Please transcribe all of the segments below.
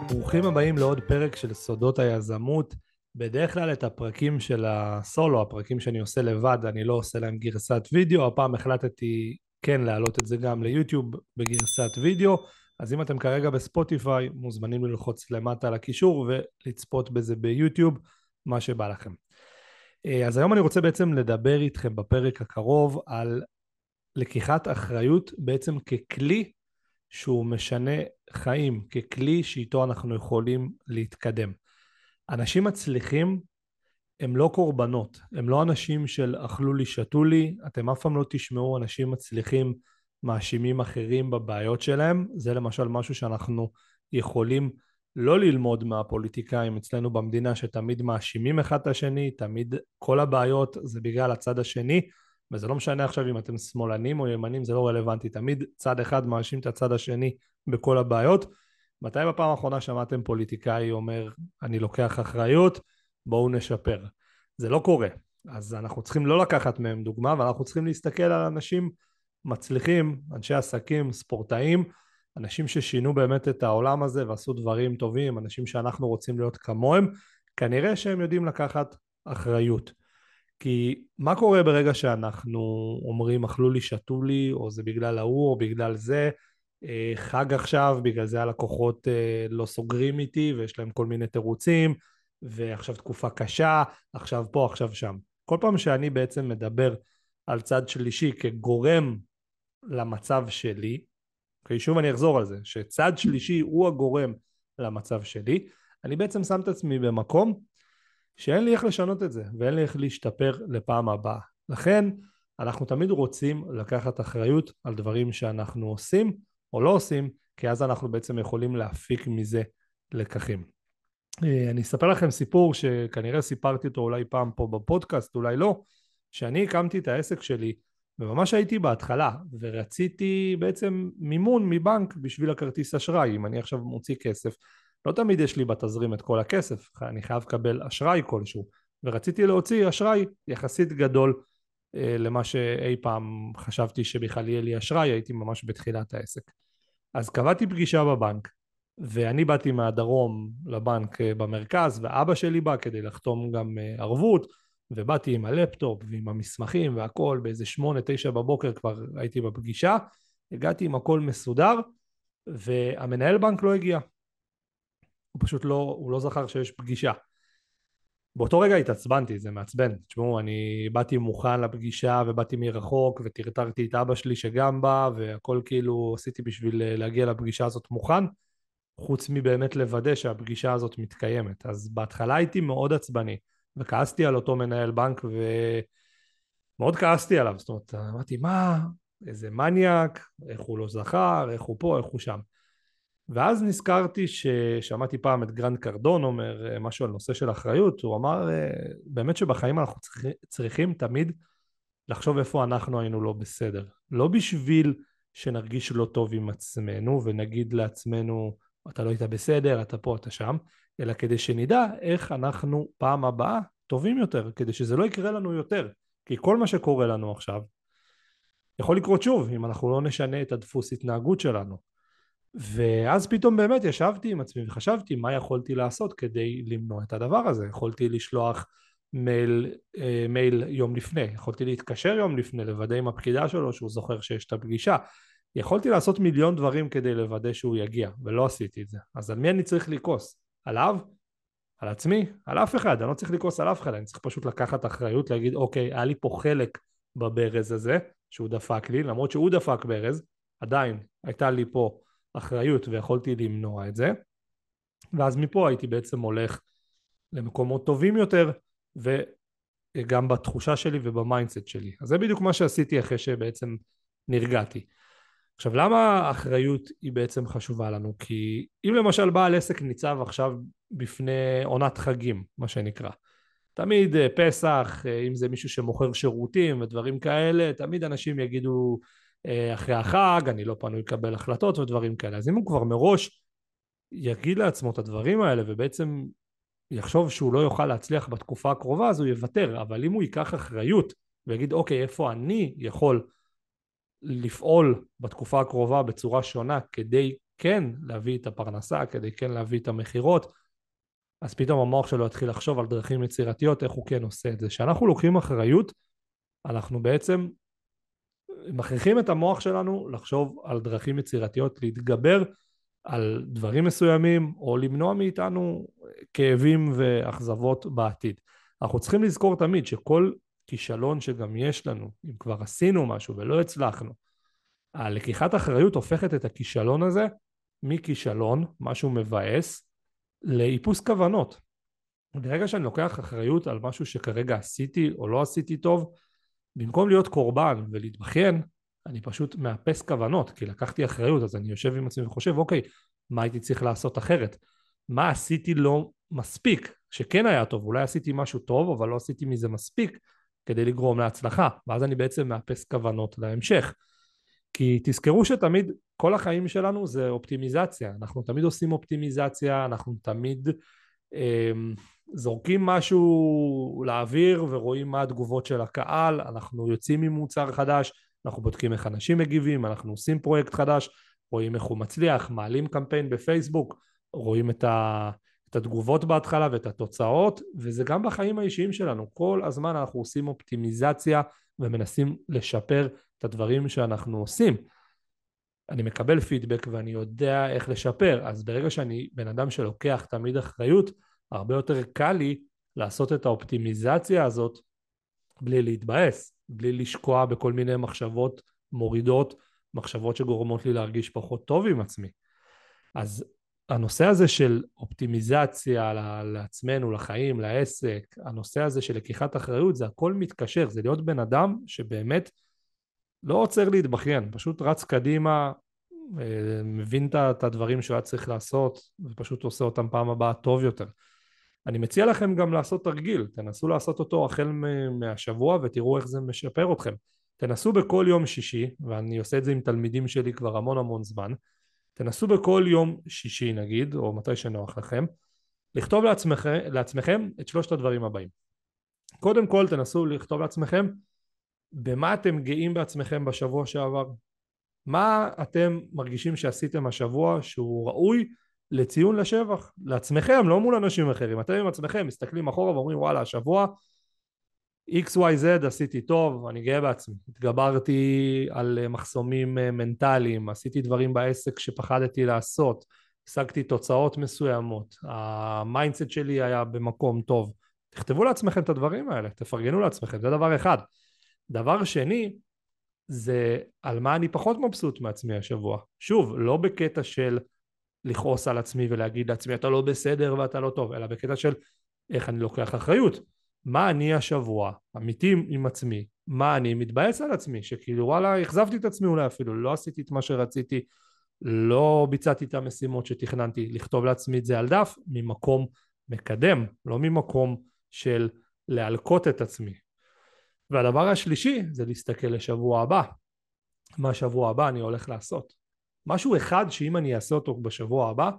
ברוכים הבאים לעוד פרק של סודות היזמות. בדרך כלל את הפרקים של הסולו, הפרקים שאני עושה לבד, אני לא עושה להם גרסת וידאו. הפעם החלטתי כן להעלות את זה גם ליוטיוב בגרסת וידאו. אז אם אתם כרגע בספוטיפיי, מוזמנים ללחוץ למטה על הקישור ולצפות בזה ביוטיוב, מה שבא לכם. אז היום אני רוצה בעצם לדבר איתכם בפרק הקרוב על לקיחת אחריות בעצם ככלי שהוא משנה חיים, ככלי שאיתו אנחנו יכולים להתקדם. אנשים מצליחים הם לא קורבנות, הם לא אנשים של אכלו לי שתו לי. אתם אף פעם לא תשמעו אנשים מצליחים מאשימים אחרים בבעיות שלהם. זה למשל משהו שאנחנו יכולים לא ללמוד מהפוליטיקאים אצלנו במדינה, שתמיד מאשימים אחד את השני, תמיד כל הבעיות זה בגלל הצד השני, וזה לא משנה עכשיו אם אתם שמאלנים או ימנים, זה לא רלוונטי, תמיד צד אחד מאשים את הצד השני בכל הבעיות. מתי בפעם האחרונה שמעתם פוליטיקאי אומר אני לוקח אחריות, בואו נשפר? זה לא קורה. אז אנחנו צריכים לא לקחת מהם דוגמה, ואנחנו צריכים להסתכל על אנשים מצליחים, אנשי עסקים, ספורטאים, אנשים ששינו באמת את העולם הזה ועשו דברים טובים, אנשים שאנחנו רוצים להיות כמוהם. כנראה שהם יודעים לקחת אחריות. כי מה קורה ברגע שאנחנו אומרים אכלו לי שתו לי, או זה בגלל ההוא או בגלל זה, חג עכשיו, בגלל זה הלקוחות לא סוגרים איתי ויש להם כל מיני תירוצים, ועכשיו תקופה קשה, עכשיו פה, עכשיו שם. כל פעם שאני בעצם מדבר על צד שלישי כגורם למצב שלי, שוב אני אחזור על זה, שצד שלישי הוא הגורם למצב שלי, אני בעצם שם את עצמי במקום שאין לי איך לשנות את זה, ואין לי איך להשתפר לפעם הבאה. לכן אנחנו תמיד רוצים לקחת אחריות על דברים שאנחנו עושים או לא עושים, כי אז אנחנו בעצם יכולים להפיק מזה לקחים. אני אספר לכם סיפור שכנראה סיפרתי אותו אולי פעם פה בפודקאסט, אולי לא, שאני הקמתי את העסק שלי, וממש הייתי בהתחלה, ורציתי בעצם מימון מבנק בשביל הכרטיס אשראי. אם אני עכשיו מוציא כסף, לא תמיד יש לי בתזרים את כל הכסף, אני חייב לקבל אשראי כלשהו, ורציתי להוציא אשראי יחסית גדול למה שאי פעם חשבתי שבכלל יהיה לי אשראי, הייתי ממש בתחילת העסק. אז קבעתי פגישה בבנק, ואני באתי מהדרום לבנק במרכז, ואבא שלי בא כדי לחתום גם ערבות, ובאתי עם הלפטופ ועם המסמכים והכל, באיזה 8-9 בבוקר כבר הייתי בפגישה, הגעתי עם הכל מסודר, והמנהל בנק לא הגיע. הוא פשוט לא, הוא לא זכר שיש פגישה. באותו רגע התעצבנתי, זה מעצבן. תשמעו, אני באתי מוכן לפגישה ובאתי מרחוק וטרטרתי את אבא שלי שגם בא, והכל כאילו עשיתי בשביל להגיע לפגישה הזאת מוכן, חוץ מבאמת לוודא שהפגישה הזאת מתקיימת. אז בהתחלה הייתי מאוד עצבני, וכעסתי על אותו מנהל בנק, ומאוד כעסתי עליו. זאת אומרת, אמרתי, מה? איזה מניאק, איך הוא לא זכר, איך הוא פה, איך הוא שם. ואז נזכרתי ששמעתי פעם את גרנד קרדון אומר משהו על נושא של אחריות. הוא אמר באמת שבחיים אנחנו צריכים תמיד לחשוב איפה אנחנו היינו לא בסדר. לא בשביל שנרגיש לא טוב עם עצמנו ונגיד לעצמנו אתה לא היית בסדר, אתה פה, אתה שם, אלא כדי שנדע איך אנחנו פעם הבאה טובים יותר, כדי שזה לא יקרה לנו יותר. כי כל מה שקורה לנו עכשיו יכול לקרות שוב אם אנחנו לא נשנה את הדפוס התנהגות שלנו. ואז פתאום באמת ישבתי עם עצמי וחשבתי מה יכולתי לעשות כדי למנוע את הדבר הזה. יכולתי לשלוח מייל יום לפני, יכולתי להתקשר יום לפני, לוודא עם הפקידה שלו שהוא זוכר שיש את הפגישה, יכולתי לעשות מיליון דברים כדי לוודא שהוא יגיע, ולא עשיתי את זה. אז על מי אני צריך לכעוס? עליו? על עצמי? על אף אחד. אני לא צריך לכעוס על אף אחד, אני צריך פשוט לקחת אחריות, להגיד אוקיי, היה לי פה חלק בברז הזה שהוא דפק לי, למרות שהוא דפק ברז, עדיין הייתה לי פה אחריות ויכולתי למנוע את זה. ואז מפה הייתי בעצם הולך למקומות טובים יותר, וגם בתחושה שלי ובמיינדסט שלי. אז זה בדיוק מה שעשיתי אחרי שבעצם נרגעתי. עכשיו, למה האחריות היא בעצם חשובה לנו? כי אם למשל בעל עסק ניצב עכשיו בפני עונת חגים, מה שנקרא, תמיד פסח, אם זה מישהו שמוכר שירותים ודברים כאלה, תמיד אנשים יגידו אחרי החג, אני לא פנוי לקבל החלטות ודברים כאלה. אז אם הוא כבר מראש יגיד לעצמו את הדברים האלה ובעצם יחשוב שהוא לא יוכל להצליח בתקופה הקרובה, אז הוא יוותר. אבל אם הוא ייקח אחריות ויגיד אוקיי, איפה אני יכול לפעול בתקופה הקרובה בצורה שונה כדי כן להביא את הפרנסה, כדי כן להביא את המחירות, אז פתאום המוח שלו יתחיל לחשוב על דרכים יצירתיות, איך הוא כן עושה את זה. כשאנחנו לוקחים אחריות, אנחנו בעצם מכריחים את המוח שלנו לחשוב על דרכים יצירתיות, להתגבר על דברים מסוימים, או למנוע מאיתנו כאבים ואכזבות בעתיד. אנחנו צריכים לזכור תמיד שכל כישלון שגם יש לנו, אם כבר עשינו משהו ולא הצלחנו, הלקיחת אחריות הופכת את הכישלון הזה מכישלון, משהו מבאס, לאיפוס כוונות. ברגע שאני לוקח אחריות על משהו שכרגע עשיתי או לא עשיתי טוב, במקום להיות קורבן ולהתבכיין, אני פשוט מאפס כוונות, כי לקחתי אחריות, אז אני יושב עם עצמי וחושב, אוקיי, מה הייתי צריך לעשות אחרת? מה עשיתי לא מספיק, שכן היה טוב, אולי עשיתי משהו טוב, אבל לא עשיתי מזה מספיק כדי לגרום להצלחה, ואז אני בעצם מאפס כוונות להמשך. כי תזכרו שתמיד כל החיים שלנו זה אופטימיזציה, אנחנו תמיד עושים אופטימיזציה, אנחנו תמיד זורקים משהו לאוויר ורואים מה התגובות של הקהל, אנחנו יוצאים עם מוצר חדש, אנחנו בודקים איך אנשים מגיבים, אנחנו עושים פרויקט חדש, רואים איך הוא מצליח, מעלים קמפיין בפייסבוק, רואים את התגובות בהתחלה ואת התוצאות, וזה גם בחיים האישיים שלנו, כל הזמן אנחנו עושים אופטימיזציה ומנסים לשפר את הדברים שאנחנו עושים. אני מקבל פידבק ואני יודע איך לשפר, אז ברגע שאני בן אדם שלוקח תמיד אחריות, הרבה יותר קל לי לעשות את האופטימיזציה הזאת בלי להתבאס, בלי לשקוע בכל מיני מחשבות מורידות, מחשבות שגורמות לי להרגיש פחות טוב עם עצמי. אז הנושא הזה של אופטימיזציה לעצמנו, לחיים, לעסק, הנושא הזה של לקיחת אחריות, זה הכל מתקשר, זה להיות בן אדם שבאמת לא עוצר להתבכיין, פשוט רץ קדימה, מבין את הדברים שהוא היה צריך לעשות, ופשוט עושה אותם פעם הבאה טוב יותר. אני מציע לכם גם לעשות תרגיל, תנסו לעשות אותו החל מהשבוע ותראו איך זה משפר אתכם. תנסו בכל יום שישי, ואני עושה את זה עם תלמידים שלי כבר המון זמן, תנסו בכל יום שישי נגיד, או מתי שנוח לכם, לכתוב לעצמכם את שלושת הדברים הבאים. קודם כל תנסו לכתוב לעצמכם, במה אתם גאים בעצמכם בשבוע שעבר? מה אתם מרגישים שעשיתם השבוע שהוא ראוי לציון לשבח? לעצמכם, לא מול אנשים אחרים. אתם עם עצמכם מסתכלים אחורה ואומרים, וואלה, השבוע XYZ עשיתי טוב, אני גאה בעצמי. התגברתי על מחסומים מנטליים, עשיתי דברים בעסק שפחדתי לעשות, השגתי תוצאות מסוימות, המיינדסט שלי היה במקום טוב. תכתבו לעצמכם את הדברים האלה, תפרגנו לעצמכם, זה דבר אחד. דבר שני, זה על מה אני פחות מבסוט מעצמי השבוע. שוב, לא בקטע של לכעוס על עצמי ולהגיד לעצמי אתה לא בסדר ואתה לא טוב, אלא בקטע של איך אני לוקח אחריות. מה אני השבוע, אמיתי עם עצמי, מה אני מתבאס על עצמי, שכאילו וואלה, החזבתי את עצמי אולי אפילו, לא עשיתי את מה שרציתי, לא ביצעתי את המשימות שתכננתי, לכתוב לעצמי את זה על דף, ממקום מקדם, לא ממקום של להלקות את עצמי. והדבר השלישי זה להסתכל לשבוע הבא. מה שבוע הבא אני הולך לעשות? משהו אחד שאם אני אעשה אותו בשבוע הבא,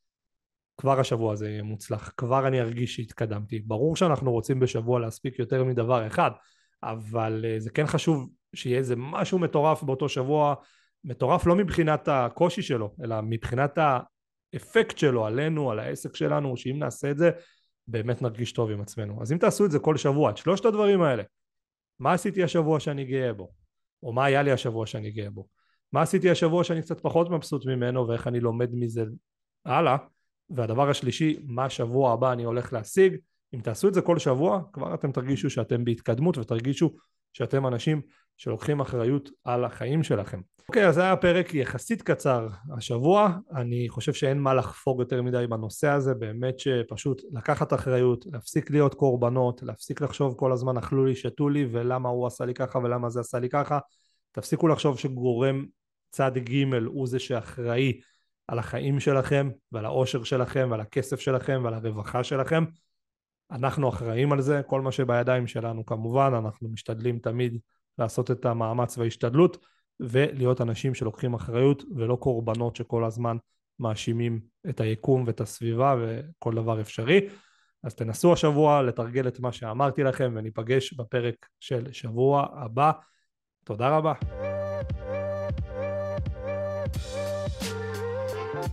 כבר השבוע הזה יהיה מוצלח, כבר אני ארגיש שהתקדמתי. ברור שאנחנו רוצים בשבוע להספיק יותר מדבר אחד, אבל זה כן חשוב שיהיה איזה משהו מטורף באותו שבוע, מטורף לא מבחינת הקושי שלו, אלא מבחינת האפקט שלו עלינו, על העסק שלנו, שאם נעשה את זה, באמת נרגיש טוב עם עצמנו. אז אם תעשו את זה כל שבוע, את שלושת הדברים האלה, מה עשיתי השבוע שאני גאה בו? או מה היה לי השבוע שאני גאה בו? מה עשיתי השבוע שאני קצת פחות מבסוט ממנו, ואיך אני לומד מזה הלאה? והדבר השלישי, מה שבוע הבא אני הולך להשיג? אם תעשו את זה כל שבוע, כבר אתם תרגישו שאתם בהתקדמות, ותרגישו שאתם אנשים שלוקחים אחריות על החיים שלכם. אוקיי, אז זה היה פרק יחסית קצר השבוע, אני חושב שאין מה לחפור יותר מדי בנושא הזה, באמת שפשוט לקחת אחריות, להפסיק להיות קורבנות, להפסיק לחשוב כל הזמן אכלו לי, שתו לי, ולמה הוא עשה לי ככה ולמה זה עשה לי ככה, תפסיקו לחשוב שגורם צד ג' הוא זה שאחראי על החיים שלכם ועל האושר שלכם ועל הכסף שלכם ועל הרווחה שלכם. אנחנו אחראים על זה, כל מה שבידיים שלנו כמובן, אנחנו משתדלים תמיד לעשות את המאמץ וההשתדלות ולהיות אנשים שלוקחים אחריות ולא קורבנות שכל הזמן מאשימים את היקום ואת הסביבה וכל דבר אפשרי. אז תנסו השבוע לתרגל את מה שאמרתי לכם וניפגש בפרק של שבוע הבא. תודה רבה.